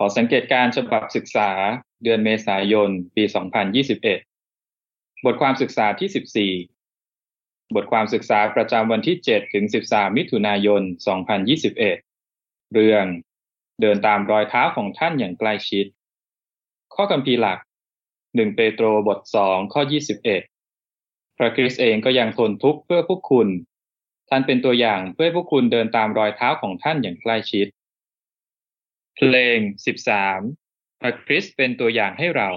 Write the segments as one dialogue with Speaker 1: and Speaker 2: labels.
Speaker 1: อสังเกตการณ์ฉบับศึกษาเดือนเมษายนปี 2021 บทความศึกษาที่ 14 บทความศึกษาประจำวันที่ 7 ถึง 13 มิถุนายน 2021 เรื่องเดินตามรอยเท้าของท่านอย่างใกล้ชิด ข้อคัมภีร์หลัก 1 เปโตรบท 2 ข้อ 21 พระคริสต์เองก็ยังทนทุกข์เพื่อพวกคุณ ท่านเป็นตัวอย่างเพื่อให้พวกคุณเดินตามรอยเท้าของท่านอย่างใกล้ชิดเพลง 13 พระคริสต์เป็นตัวอย่างให้เรา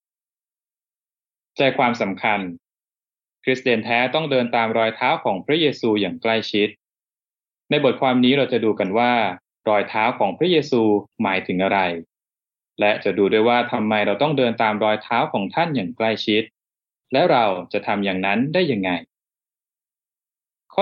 Speaker 1: ใจความสำคัญ คริสเตียนแท้ต้องเดินตามรอยเท้าของพระเยซูอย่างใกล้ชิด ในบทความนี้เราจะดูกันว่ารอยเท้าของพระเยซูหมายถึงอะไร และจะดูด้วยว่าทำไมเราต้องเดินตามรอยเท้าของท่านอย่างใกล้ชิด และเราจะทำอย่างนั้นได้ยังไง ข้อ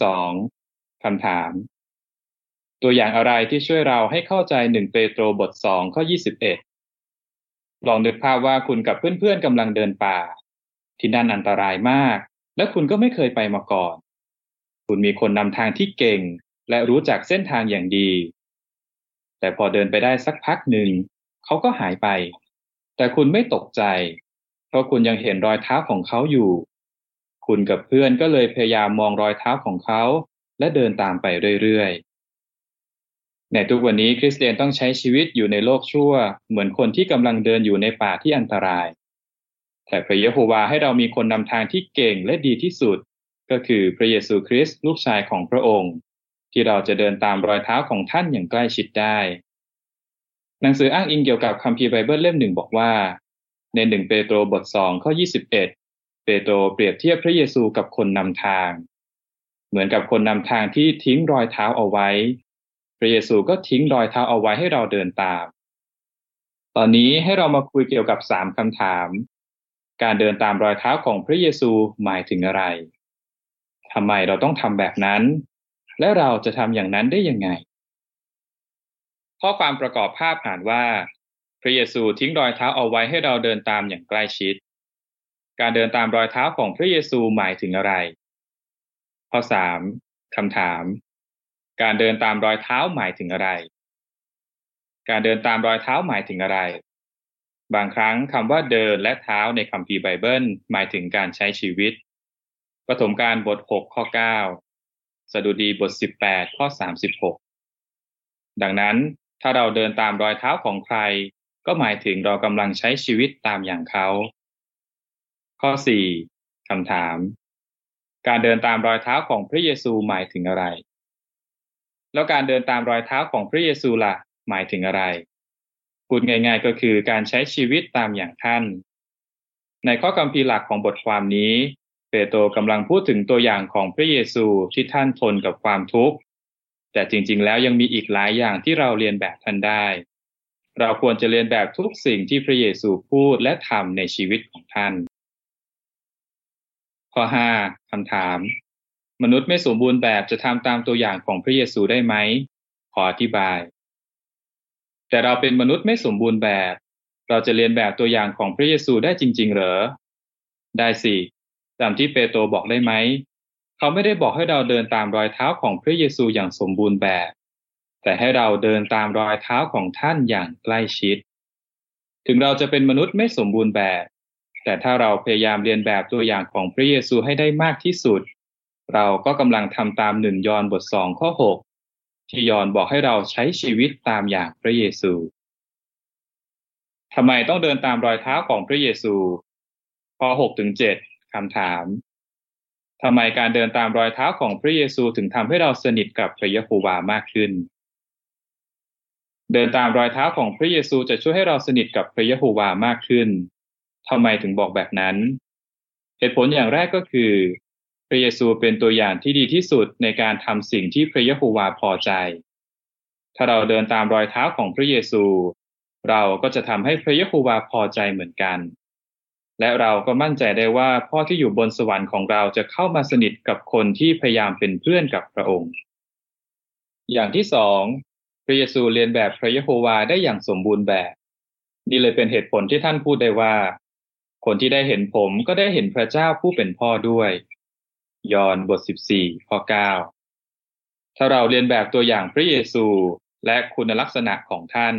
Speaker 1: 1-2 คำถาม ตัวอย่างอะไรที่ช่วยเราให้เข้าใจ1 เปโตรบท 2 ข้อ 21 ลองนึกภาพว่าคุณกับเพื่อนๆกำลังเดินป่า ที่นั่นอันตรายมาก และคุณก็ไม่เคยไปมาก่อน คุณมีคนนำทางที่เก่งและรู้จักเส้นทางอย่างดี แต่พอเดินไปได้สักพักหนึ่งเขาก็หายไป แต่คุณไม่ตกใจ เพราะคุณยังเห็นรอยเท้าของเขาอยู่ คุณกับเพื่อนก็เลยพยายามมองรอยเท้าของเขาและเดินตามไปเรื่อยๆ ในทุกวันนี้คริสเตียนต้องใช้ชีวิตอยู่ในโลกชั่วเหมือนคนที่กำลังเดินอยู่ในป่าที่อันตราย แต่พระเยโฮวาให้เรามีคนนำทางที่เก่งและดีที่สุดก็คือพระเยซูคริสต์ลูกชายของพระองค์ที่เราจะเดินตามรอยเท้าของท่านอย่างใกล้ชิดได้หนังสืออ้างอิงเกี่ยวกับคัมภีร์ไบเบิลเล่มหนึ่งบอกว่าใน1 เปโตรบท 2 ข้อ 21 เปโตรเปรียบเทียบพระเยซูกับคนนำทางเหมือนกับคนนำทางที่ทิ้งรอยเท้าเอาไว้พระเยซูก็ทิ้งรอยเท้าเอาไว้ให้เราเดินตามตอนนี้ให้เรามาคุยเกี่ยวกับ3 คำถามการเดินตามรอยเท้าของพระเยซูหมายถึงอะไรทำไมเราต้องทำแบบนั้นและเราจะทำอย่างนั้นได้ยังไงข้อความประกอบภาพอ่านว่าพระเยซูทิ้งรอยเท้าเอาไว้ให้เราเดินตามอย่างใกล้ชิดการเดินตามรอยเท้าของพระเยซูหมายถึงอะไรข้อ 3 คำถามการเดินตามรอยเท้าหมายถึงอะไรการเดินตามรอยเท้าหมายถึงอะไรบางครั้งคำว่าเดินและเท้าในคัมภีร์ไบเบิลหมายถึงการใช้ชีวิตปฐมกาลบท 6 ข้อ 9 สดุดีบท 18 ข้อ 36 ดังนั้นถ้าเราเดินตามรอยเท้าของใครก็หมายถึงเรากำลังใช้ชีวิตตามอย่างเขาข้อ 4 คำถามการเดินตามรอยเท้าของพระเยซูหมายถึงอะไรแล้วการเดินตามรอยเท้าของพระเยซูล่ะหมายถึงอะไรพูดง่ายๆก็คือการใช้ชีวิตตามอย่างท่านในข้อคัมภีร์หลักของบทความนี้เปโตรกำลังพูดถึงตัวอย่างของพระเยซูที่ท่านทนกับความทุกข์แต่จริงๆแล้วยังมีอีกหลายอย่างที่เราเรียนแบบท่านได้เราควรจะเรียนแบบทุกสิ่งที่พระเยซูพูดและทำในชีวิตของท่านข้อ 5 คำถามมนุษย์ไม่สมบูรณ์แบบจะทำตามตัวอย่างของพระเยซูได้ไหมขออธิบายแต่เราเป็นมนุษย์ไม่สมบูรณ์แบบเราจะเรียนแบบตัวอย่างของพระเยซูได้จริงๆเหรอได้สิตามที่เปโตรบอกได้ไหมเขาไม่ได้บอกให้เราเดินตามรอยเท้าของพระเยซูอย่างสมบูรณ์แบบแต่ให้เราเดินตามรอยเท้าของท่านอย่างใกล้ชิดถึงเราจะเป็นมนุษย์ไม่สมบูรณ์แบบแต่ถ้าเราพยายามเรียนแบบตัวอย่างของพระเยซูให้ได้มากที่สุดเราก็กำลังทำตาม1 ยอห์นบท 2 ข้อ 6 ที่ยอห์นบอกให้เราใช้ชีวิตตามอย่างพระเยซูทำไมต้องเดินตามรอยเท้าของพระเยซูข้อ 6-7 คำถามทำไมการเดินตามรอยเท้าของพระเยซูถึงทำให้เราสนิทกับพระเยโฮวามากขึ้นเดินตามรอยเท้าของพระเยซูจะช่วยให้เราสนิทกับพระเยโฮวามากขึ้นทำไมถึงบอกแบบนั้นเหตุผลอย่างแรกก็คือพระเยซูเป็นตัวอย่างที่ดีที่สุดในการทำสิ่งที่พระเยโฮวาพอใจถ้าเราเดินตามรอยเท้าของพระเยซูเราก็จะทำให้พระเยโฮวาพอใจเหมือนกันและเราก็มั่นใจได้ว่าพ่อที่อยู่บนสวรรค์ของเราจะเข้ามาสนิทกับคนที่พยายามเป็นเพื่อนกับพระองค์อย่างที่สองพระเยซูเรียนแบบพระเยโฮวาได้อย่างสมบูรณ์แบบนี่เลยเป็นเหตุผลที่ท่านพูดได้ว่าคนที่ได้เห็นผมก็ได้เห็นพระเจ้าผู้เป็นพ่อด้วยยอห์นบท 14 ข้อ 9 ถ้าเราเรียนแบบตัวอย่างพระเยซูและคุณลักษณะของท่าน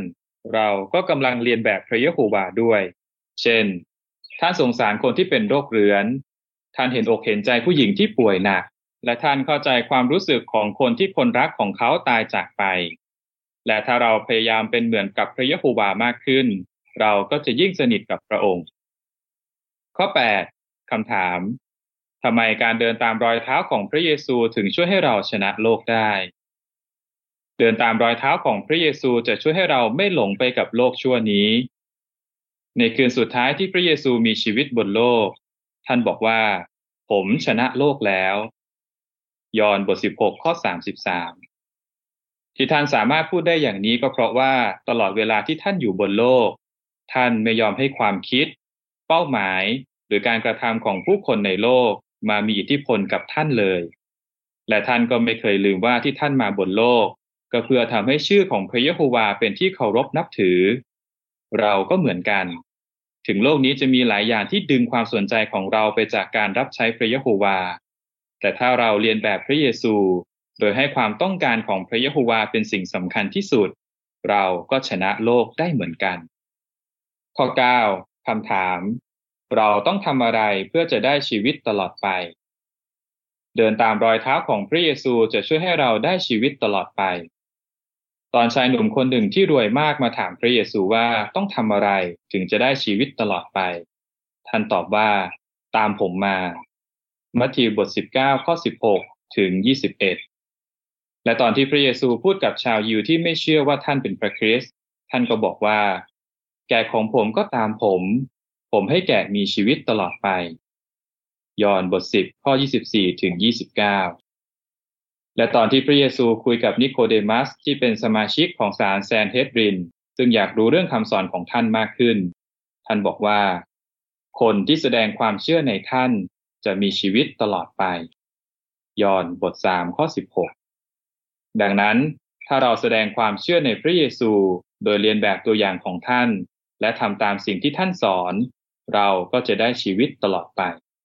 Speaker 1: เราก็กำลังเรียนแบบพระเยโฮวาห์ด้วย เช่น ท่านสงสารคนที่เป็นโรคเรื้อน ท่านเห็นอกเห็นใจผู้หญิงที่ป่วยหนัก และท่านเข้าใจความรู้สึกของคนที่คนรักของเขาตายจากไป และถ้าเราพยายามเป็นเหมือนกับพระเยโฮวาห์มากขึ้น เราก็จะยิ่งสนิทกับพระองค์ ข้อ 8 คำถาม ทำไมการเดินตามรอยเท้าของพระเยซูถึงช่วยให้เราชนะโลกได้ เดินตามรอยเท้าของพระเยซูจะช่วยให้เราไม่หลงไปกับโลกชั่วนี้ ในคืนสุดท้ายที่พระเยซูมีชีวิตบนโลก ท่านบอกว่า ผมชนะโลกแล้ว ยอห์นบท 16 ข้อ 33 ที่ท่านสามารถพูดได้อย่างนี้ก็เพราะว่าตลอดเวลาที่ท่านอยู่บนโลก ท่านไม่ยอมให้ความคิด เป้าหมาย หรือการกระทำของผู้คนในโลกมามีอิทธิพลกับท่านเลย และท่านก็ไม่เคยลืมว่าที่ท่านมาบนโลก ก็เพื่อทำให้ชื่อของพระเยโฮวาห์เป็นที่เคารพนับถือ เราก็เหมือนกัน ถึงโลกนี้จะมีหลายอย่างที่ดึงความสนใจของเราไปจากการรับใช้พระเยโฮวาห์ แต่ถ้าเราเรียนแบบพระเยซู โดยให้ความต้องการของพระเยโฮวาห์เป็นสิ่งสำคัญที่สุด เราก็ชนะโลกได้เหมือนกัน ข้อ 9 คำถาม เราต้องทำอะไรเพื่อจะได้ชีวิตตลอดไป เดินตามรอยเท้าของพระเยซูจะช่วยให้เราได้ชีวิตตลอดไป ตอนชายหนุ่มคนหนึ่งที่รวยมากมาถามพระเยซูว่าต้องทำอะไรถึงจะได้ชีวิตตลอดไป ท่านตอบว่า ตามผมมา มัทธิวบท 19 ข้อ 16 ถึง 21 และตอนที่พระเยซูพูดกับชาวยิวที่ไม่เชื่อว่าท่านเป็นพระคริสต์ ท่านก็บอกว่า แกะของผมก็ตามผม ผมให้แกะมีชีวิตตลอดไป ยอห์นบท 10 ข้อ 24 ถึง 29 และตอนที่พระเยซูคุยกับนิโคเดมัสที่เป็นสมาชิกของศาลแซนเฮดรินซึ่งอยากรู้เรื่องคำสอนของท่านมากขึ้น ท่านบอกว่า คนที่แสดงความเชื่อในท่านจะมีชีวิตตลอดไป ยอห์นบท 3 ข้อ 16 ดังนั้นถ้าเราแสดงความเชื่อในพระเยซูโดยเรียนแบบตัวอย่างของท่านและทำตามสิ่งที่ท่านสอนเราก็จะได้ชีวิตตลอดไป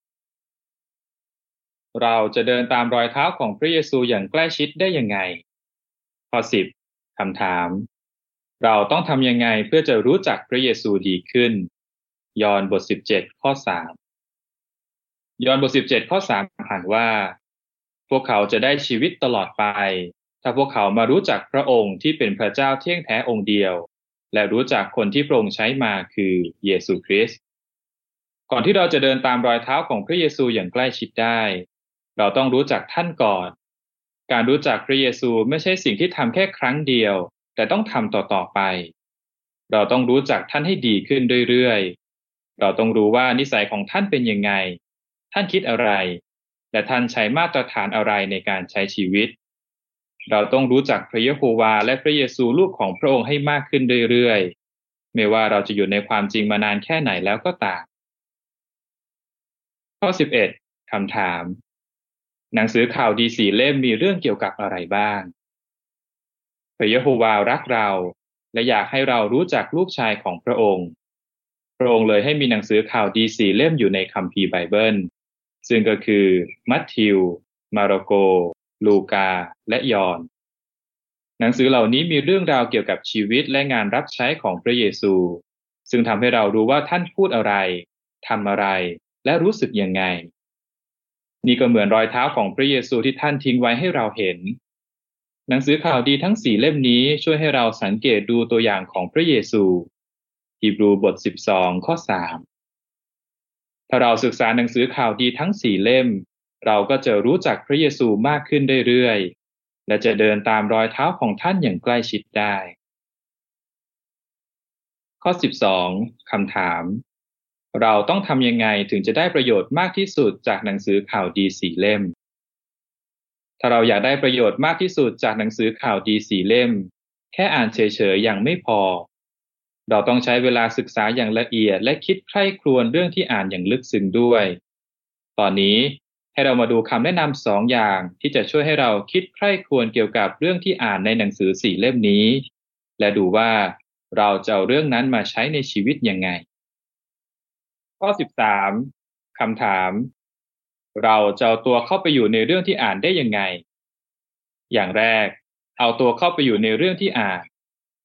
Speaker 1: เราจะเดินตามรอยเท้าของพระเยซูอย่างใกล้ชิดได้ยังไง ข้อ 10 คำถาม เราต้องทำยังไงเพื่อจะรู้จักพระเยซูดีขึ้น ยอห์นบท 17 ข้อ 3 ยอห์นบท 17 ข้อ 3 อ่านว่า พวกเขาจะได้ชีวิตตลอดไป ถ้าพวกเขามารู้จักพระองค์ที่เป็นพระเจ้าเที่ยงแท้องค์เดียว และรู้จักคนที่พระองค์ใช้มาคือเยซูคริสต์ ก่อนที่เราจะเดินตามรอยเท้าของพระเยซูอย่างใกล้ชิดได้ เราต้องรู้จักท่านก่อน การรู้จักพระเยซูไม่ใช่สิ่งที่ทำแค่ครั้งเดียว แต่ต้องทำต่อๆไป เราต้องรู้จักท่านให้ดีขึ้นเรื่อยๆ เราต้องรู้ว่านิสัยของท่านเป็นยังไง ท่านคิดอะไร และท่านใช้มาตรฐานอะไรในการใช้ชีวิต เราต้องรู้จักพระเยโฮวาห์และพระเยซูลูกของพระองค์ให้มากขึ้นเรื่อยๆ ไม่ว่าเราจะอยู่ในความจริงมานานแค่ไหนแล้วก็ตาม ข้อ 11 คำถาม หนังสือข่าวดี4 เล่มมีเรื่องเกี่ยวกับอะไรบ้าง พระเยโฮวาห์รักเราและอยากให้เรารู้จักลูกชายของพระองค์ พระองค์เลยให้มีหนังสือข่าวดี4 เล่มอยู่ในคัมภีร์ไบเบิล ซึ่งก็คือ มัทธิว มาระโก ลูกา และยอห์น หนังสือเหล่านี้มีเรื่องราวเกี่ยวกับชีวิตและงานรับใช้ของพระเยซู ซึ่งทำให้เรารู้ว่าท่านพูดอะไร ทำอะไร และรู้สึกยังไง นี่ก็เหมือนรอยเท้าของพระเยซูที่ท่านทิ้งไว้ให้เราเห็น หนังสือข่าวดีทั้ง4 เล่มนี้ช่วยให้เราสังเกตดูตัวอย่างของพระเยซู ฮีบรูบท 12 ข้อ 3 ถ้าเราศึกษาหนังสือข่าวดีทั้ง4 เล่ม เราก็จะรู้จักพระเยซูมากขึ้นเรื่อยๆ และจะเดินตามรอยเท้าของท่านอย่างใกล้ชิดได้ ข้อ 12 คำถาม เราต้องทำยังไงถึงจะได้ประโยชน์มากที่สุดจากหนังสือข่าวดี4 เล่ม ถ้าเราอยากได้ประโยชน์มากที่สุดจากหนังสือข่าวดี4 เล่ม แค่อ่านเฉยๆยังไม่พอ เราต้องใช้เวลาศึกษาอย่างละเอียดและคิดใคร่ครวญเรื่องที่อ่านอย่างลึกซึ้งด้วย ตอนนี้ให้เรามาดูคำแนะนำ2 อย่างที่จะช่วยให้เราคิดใคร่ครวญเกี่ยวกับเรื่องที่อ่านในหนังสือ4 เล่มนี้ และดูว่าเราจะเอาเรื่องนั้นมาใช้ในชีวิตยังไง ข้อ 13 คำถาม เราจะเอาตัวเข้าไปอยู่ในเรื่องที่อ่านได้ยังไง อย่างแรก เอาตัวเข้าไปอยู่ในเรื่องที่อ่าน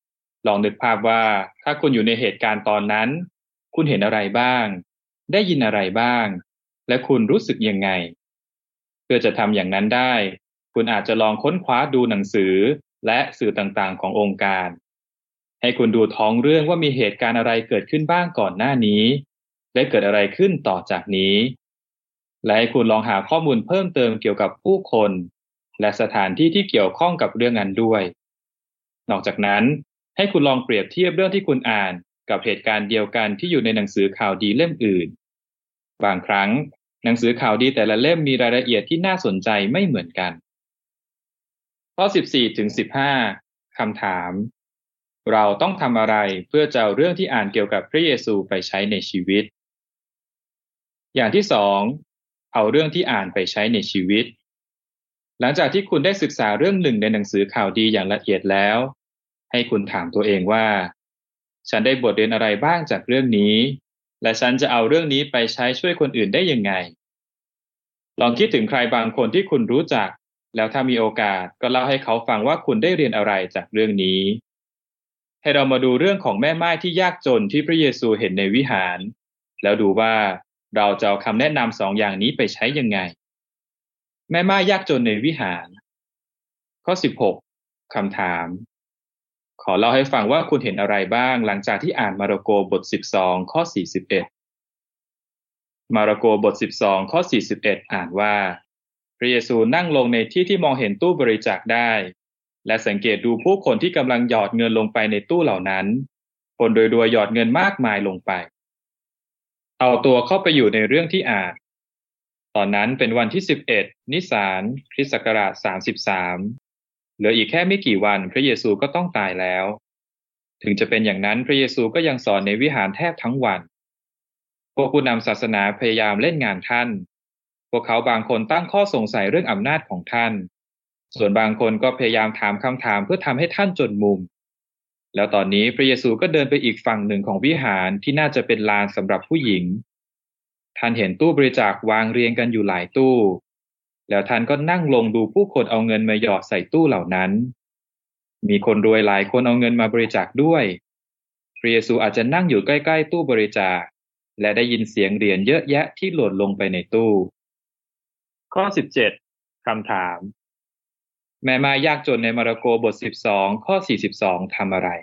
Speaker 1: ลองนึกภาพว่าถ้าคุณอยู่ในเหตุการณ์ตอนนั้นคุณเห็นอะไรบ้างได้ยินอะไรบ้างและคุณรู้สึกยังไงเพื่อจะทำอย่างนั้นได้คุณอาจจะลองค้นคว้าดูหนังสือและสื่อต่างๆขององค์การให้คุณดูท้องเรื่องว่ามีเหตุการณ์อะไรเกิดขึ้นบ้างก่อนหน้านี้และเกิดอะไรขึ้นต่อจากนี้และให้คุณลองหาข้อมูลเพิ่มเติมเกี่ยวกับผู้คนและสถานที่ที่เกี่ยวข้องกับเรื่องนั้นด้วยนอกจากนั้นให้คุณลองเปรียบเทียบเรื่องที่คุณอ่านกับเหตุการณ์เดียวกันที่อยู่ในหนังสือข่าวดีเล่มอื่นบางครั้งหนังสือข่าวดีแต่ละเล่มมีรายละเอียดที่น่าสนใจไม่เหมือนกันข้อ14ถึง15คำถามเราต้องทำอะไรเพื่อจะเอาเรื่องที่อ่านเกี่ยวกับพระเยซูไปใช้ในชีวิตอย่างที่สองเอาเรื่องที่อ่านไปใช้ในชีวิตหลังจากที่คุณได้ศึกษาเรื่องหนึ่งในหนังสือข่าวดีอย่างละเอียดแล้วให้คุณถามตัวเองว่าฉันได้บทเรียนอะไรบ้างจากเรื่องนี้และฉันจะเอาเรื่องนี้ไปใช้ช่วยคนอื่นได้ยังไงลองคิดถึงใครบางคนที่คุณรู้จักแล้วถ้ามีโอกาสก็เล่าให้เขาฟังว่าคุณได้เรียนอะไรจากเรื่องนี้ให้เรามาดูเรื่องของแม่ม่ายที่ยากจนที่พระเยซูเห็นในวิหารแล้วดูว่าเราจะเอาคำแนะนำสองอย่างนี้ไปใช้ยังไงแม่ม่ายยากจนในวิหารข้อ16คำถามขอเล่าให้ฟังว่าคุณเห็นอะไรบ้างหลังจากที่อ่านมาระโกบท12ข้อ41มาระโกบท12ข้อ41อ่านว่าพระเยซูนั่งลงในที่ที่มองเห็นตู้บริจาคได้และสังเกตดูผู้คนที่กำลังหยอดเงินลงไปในตู้เหล่านั้นคนโดยหยอดเงินมากมายลงไปเอาตัวเข้าไปอยู่ในเรื่องที่อ่านตอนนั้นเป็นวันที่11นิสานคริสต์ศักราช33เหลืออีกแค่ไม่กี่วันพระเยซูก็ต้องตายแล้วถึงจะเป็นอย่างนั้นพระเยซูก็ยังสอนในวิหารแทบทั้งวันพวกผู้นำศาสนาพยายามเล่นงานท่านพวกเขาบางคนตั้งข้อสงสัยเรื่องอำนาจของท่านส่วนบางคนก็พยายามถามคำถามเพื่อทำให้ท่านจนมุมแล้วตอนนี้พระเยซูก็เดินไปอีกฝั่งหนึ่งของวิหารที่น่าจะเป็นลานสำหรับผู้หญิงท่านเห็นตู้บริจาควางเรียงกันอยู่หลายตู้แล้วท่านก็นั่งลงดูผู้คนเอาเงินมาหยอดใส่ตู้เหล่านั้นมีคนรวยหลายคนเอาเงินมาบริจาคด้วยพระเยซูอาจจะนั่งอยู่ใกล้ๆตู้บริจาคและได้ยินเสียงเหรียญเยอะแยะที่หล่นลงไปในตู้ข้อ17คำถามแม่ม่ายยากจนในมาระโกบท12ข้อ42ทำอะไร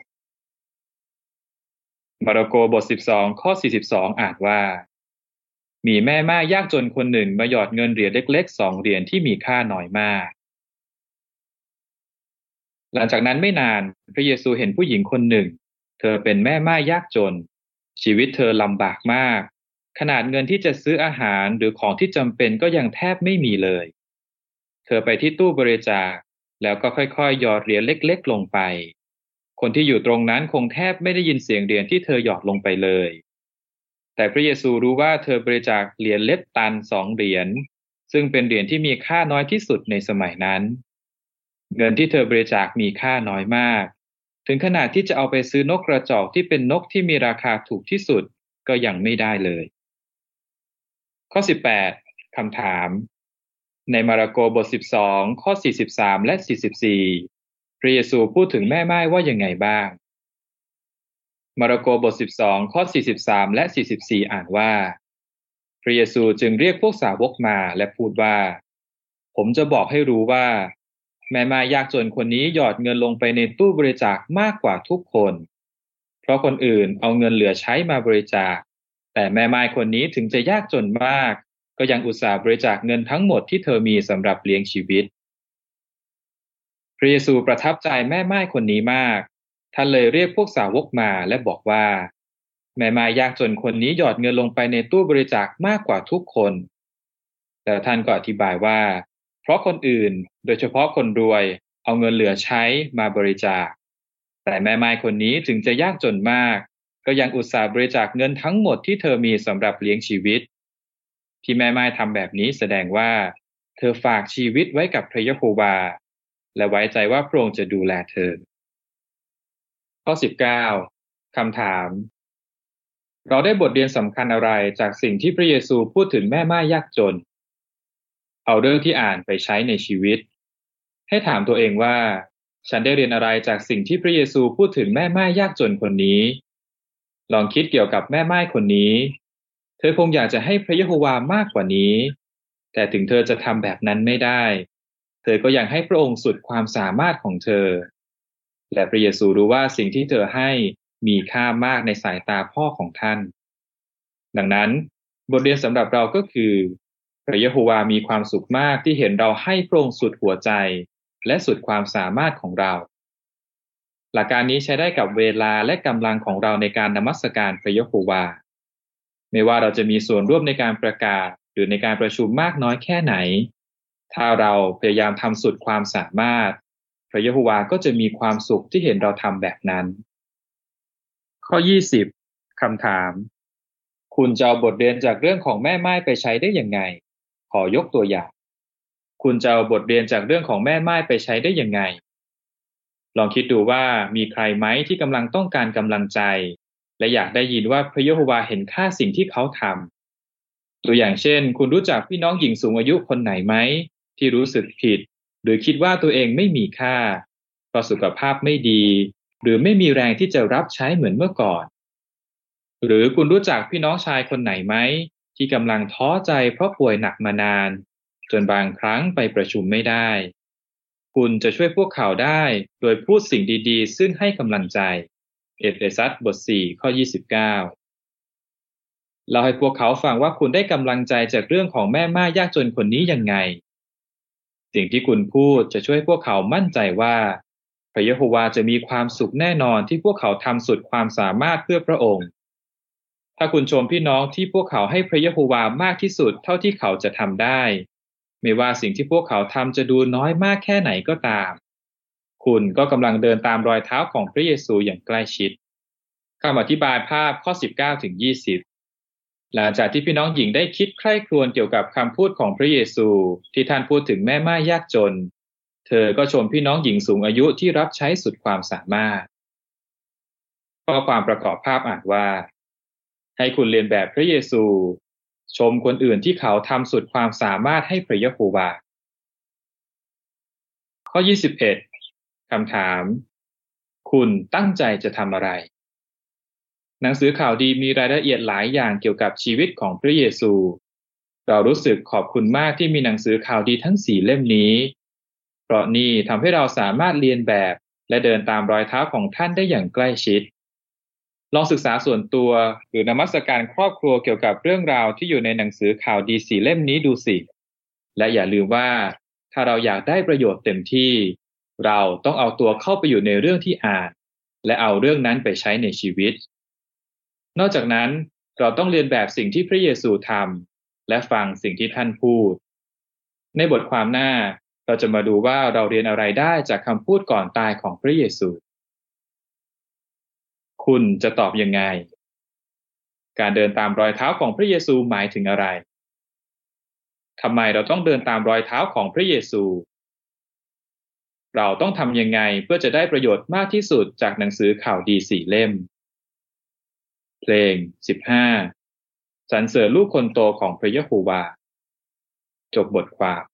Speaker 1: มาระโกบท12ข้อ42อ่านว่ามีแม่ม่ายยากจนคนหนึ่งมาหยอดเงินเหรียญเล็กๆ2เหรียญที่มีค่าน้อยมากหลังจากนั้นไม่นานพระเยซูเห็นผู้หญิงคนหนึ่งเธอเป็นแม่ม่ายยากจนชีวิตเธอลำบากมากขนาดเงินที่จะซื้ออาหารหรือของที่จำเป็นก็ยังแทบไม่มีเลยเธอไปที่ตู้บริจาคแล้วก็ค่อยๆหยอดเหรียญเล็กๆลงไปคนที่อยู่ตรงนั้นคงแทบไม่ได้ยินเสียงเหรียญที่เธอหยอดลงไปเลยแต่พระเยซูรู้ว่าเธอบริจาคเหรียญเล็บตัน2เหรียญซึ่งเป็นเหรียญที่มีค่าน้อยที่สุดในสมัยนั้นเงินที่เธอบริจาคมีค่าน้อยมากถึงขนาดที่จะเอาไปซื้อนกกระจอกที่เป็นนกที่มีราคาถูกที่สุดก็ยังไม่ได้เลยข้อ18คำถามในมาระโกบท12ข้อ43และ44พระเยซูพูดถึงแม่ม่ายว่ายังไงบ้างมาระโกบท12ข้อ43และ44อ่านว่าพระเยซูจึงเรียกพวกสาวกมาและพูดว่าผมจะบอกให้รู้ว่าแม่ม่ายยากจนคนนี้หยอดเงินลงไปในตู้บริจาคมากกว่าทุกคนเพราะคนอื่นเอาเงินเหลือใช้มาบริจาคแต่แม่ม่ายคนนี้ถึงจะยากจนมากก็ยังอุตส่าห์บริจาคเงินทั้งหมดที่เธอมีสำหรับเลี้ยงชีวิตพระเยซูประทับใจแม่ม่ายคนนี้มากท่านเลยเรียกพวกสาวกมาและบอกว่าแม่ม่ายยากจนคนนี้หยอดเงินลงไปในตู้บริจาคมากกว่าทุกคนแต่ท่านก็อธิบายว่าเพราะคนอื่นโดยเฉพาะคนรวยเอาเงินเหลือใช้มาบริจาคแต่แม่ม่ายคนนี้ถึงจะยากจนมากก็ยังอุตส่าห์บริจาคเงินทั้งหมดที่เธอมีสำหรับเลี้ยงชีวิตที่แม่ม่ายทำแบบนี้แสดงว่าเธอฝากชีวิตไว้กับพระยะโฮวาและไว้ใจว่าพระองค์จะดูแลเธอข้อ19คำถามเราได้บทเรียนสำคัญอะไรจากสิ่งที่พระเยซูพูดถึงแม่ม่ายยากจนเอาเรื่องที่อ่านไปใช้ในชีวิตให้ถามตัวเองว่าฉันได้เรียนอะไรจากสิ่งที่พระเยซูพูดถึงแม่ม่ายยากจนคนนี้ ลองคิดเกี่ยวกับแม่ม่ายคนนี้ เธอคงอยากจะให้พระยะโฮวามากกว่านี้ แต่ถึงเธอจะทำแบบนั้นไม่ได้ เธอก็ยังให้พระองค์สุดความสามารถของเธอ และพระเยซูรู้ว่าสิ่งที่เธอให้มีค่ามากในสายตาพ่อของท่าน ดังนั้นบทเรียนสำหรับเราก็คือพระยะโฮวามีความสุขมากที่เห็นเราให้พระองค์สุดหัวใจและสุดความสามารถของเรา หลักการนี้ใช้ได้กับเวลาและกำลังของเราในการนมัสการพระยะโฮวาไม่ว่าเราจะมีส่วนร่วมในการประกาศหรือในการประชุมมากน้อยแค่ไหนถ้าเราพยายามทำสุดความสามารถพระยะโฮวาก็จะมีความสุขที่เห็นเราทำแบบนั้นข้อ20คำถามคุณจะเอาบทเรียนจากเรื่องของแม่ม่ายไปใช้ได้ยังไงขอยกตัวอย่างคุณจะเอาบทเรียนจากเรื่องของแม่ม่ายไปใช้ได้ยังไงลองคิดดูว่ามีใครไหมที่กำลังต้องการกำลังใจและอยากได้ยินว่าพระยะโฮวาเห็นค่าสิ่งที่เขาทำตัวอย่างเช่นคุณรู้จักพี่น้องหญิงสูงอายุคนไหนไหมที่รู้สึกผิดหรือคิดว่าตัวเองไม่มีค่าเพราะสุขภาพไม่ดีหรือไม่มีแรงที่จะรับใช้เหมือนเมื่อก่อนหรือคุณรู้จักพี่น้องชายคนไหนไหมที่กำลังท้อใจเพราะป่วยหนักมานานจนบางครั้งไปประชุมไม่ได้คุณจะช่วยพวกเขาได้โดยพูดสิ่งดีๆซึ่งให้กำลังใจเอเฟซัสบท4ข้อ29เล่าให้พวกเขาฟังว่าคุณได้กำลังใจจากเรื่องของแม่ม่ายยากจนคนนี้ยังไงสิ่งที่คุณพูดจะช่วยพวกเขามั่นใจว่าพระยะโฮวาจะมีความสุขแน่นอนที่พวกเขาทำสุดความสามารถเพื่อพระองค์ถ้าคุณชมพี่น้องที่พวกเขาให้พระยะโฮวามากที่สุดเท่าที่เขาจะทำได้ไม่ว่าสิ่งที่พวกเขาทำจะดูน้อยมากแค่ไหนก็ตามคุณก็กำลังเดินตามรอยเท้าของพระเยซูอย่างใกล้ชิดคำอธิบายภาพข้อ19ถึง20หลังจากที่พี่น้องหญิงได้คิดใคร่ครวญเกี่ยวกับคำพูดของพระเยซูที่ท่านพูดถึงแม่ม่ายยากจนเธอก็ชมพี่น้องหญิงสูงอายุที่รับใช้สุดความสามารถข้อความประกอบภาพอ่านว่าให้คุณเรียนแบบพระเยซูชมคนอื่นที่เขาทำสุดความสามารถให้พระยะโฮวาข้อ21คำถามคุณตั้งใจจะทำอะไรหนังสือข่าวดีมีรายละเอียดหลายอย่างเกี่ยวกับชีวิตของพระเยซูเรารู้สึกขอบคุณมากที่มีหนังสือข่าวดีทั้ง4เล่มนี้เพราะนี่ทำให้เราสามารถเรียนแบบและเดินตามรอยเท้าของท่านได้อย่างใกล้ชิดลองศึกษาส่วนตัวหรือนมัสการครอบครัวเกี่ยวกับเรื่องราวที่อยู่ในหนังสือข่าวดี4เล่มนี้ดูสิและอย่าลืมว่าถ้าเราอยากได้ประโยชน์เต็มที่เราต้องเอาตัวเข้าไปอยู่ในเรื่องที่อ่านและเอาเรื่องนั้นไปใช้ในชีวิตนอกจากนั้นเราต้องเรียนแบบสิ่งที่พระเยซูทำและฟังสิ่งที่ท่านพูดในบทความหน้าเราจะมาดูว่าเราเรียนอะไรได้จากคำพูดก่อนตายของพระเยซูคุณจะตอบยังไงการเดินตามรอยเท้าของพระเยซูหมายถึงอะไรทำไมเราต้องเดินตามรอยเท้าของพระเยซูเราต้องทำยังไงเพื่อจะได้ประโยชน์มากที่สุดจากหนังสือข่าวดี4เล่มเพลง15สรรเสริญลูกคนโตของพระยะโฮวาจบบทความ